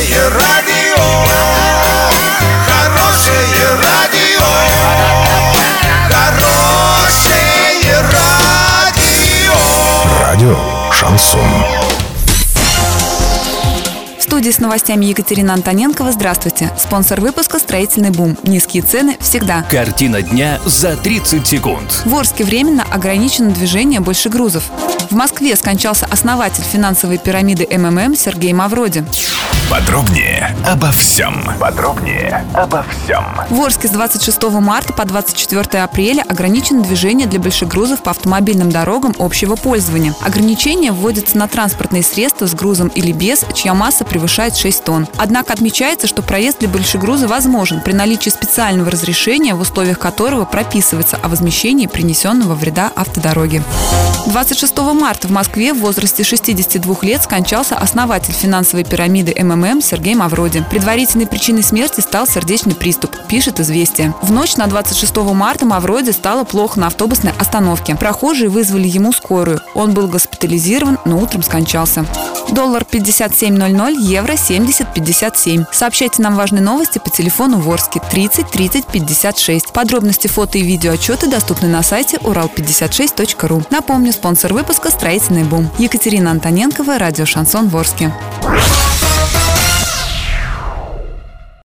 Хорошее радио, хорошее радио, хорошее радио. Радио «Шансон». В студии с новостями Екатерина Антоненкова. Здравствуйте. Спонсор выпуска «Строительный бум». Низкие цены всегда. Картина дня за 30 секунд. В Орске временно ограничено движение больше грузов. В Москве скончался основатель финансовой пирамиды МММ Сергей Мавроди. Подробнее обо всем. В Орске с 26 марта по 24 апреля ограничено движение для больших грузов по автомобильным дорогам общего пользования. Ограничения вводятся на транспортные средства с грузом или без, чья масса превышает 6 тонн. Однако отмечается, что проезд для большегруза возможен при наличии специального разрешения, в условиях которого прописывается о возмещении принесенного вреда автодороге. 26 марта в Москве в возрасте 62 лет скончался основатель финансовой пирамиды МММ Сергей Мавроди. Предварительной причиной смерти стал сердечный приступ, пишет «Известия». В ночь на 26 марта Мавроди стало плохо на автобусной остановке. Прохожие вызвали ему скорую. Он был госпитализирован, но утром скончался. Доллар 57.00, евро 70.57. Сообщайте нам важные новости по телефону в Орске 30 30 56. Подробности, фото и видеоотчеты доступны на сайте урал56.ру. Напомню, спонсор выпуска «Строительный бум». Екатерина Антоненкова, радио «Шансон» в Орске.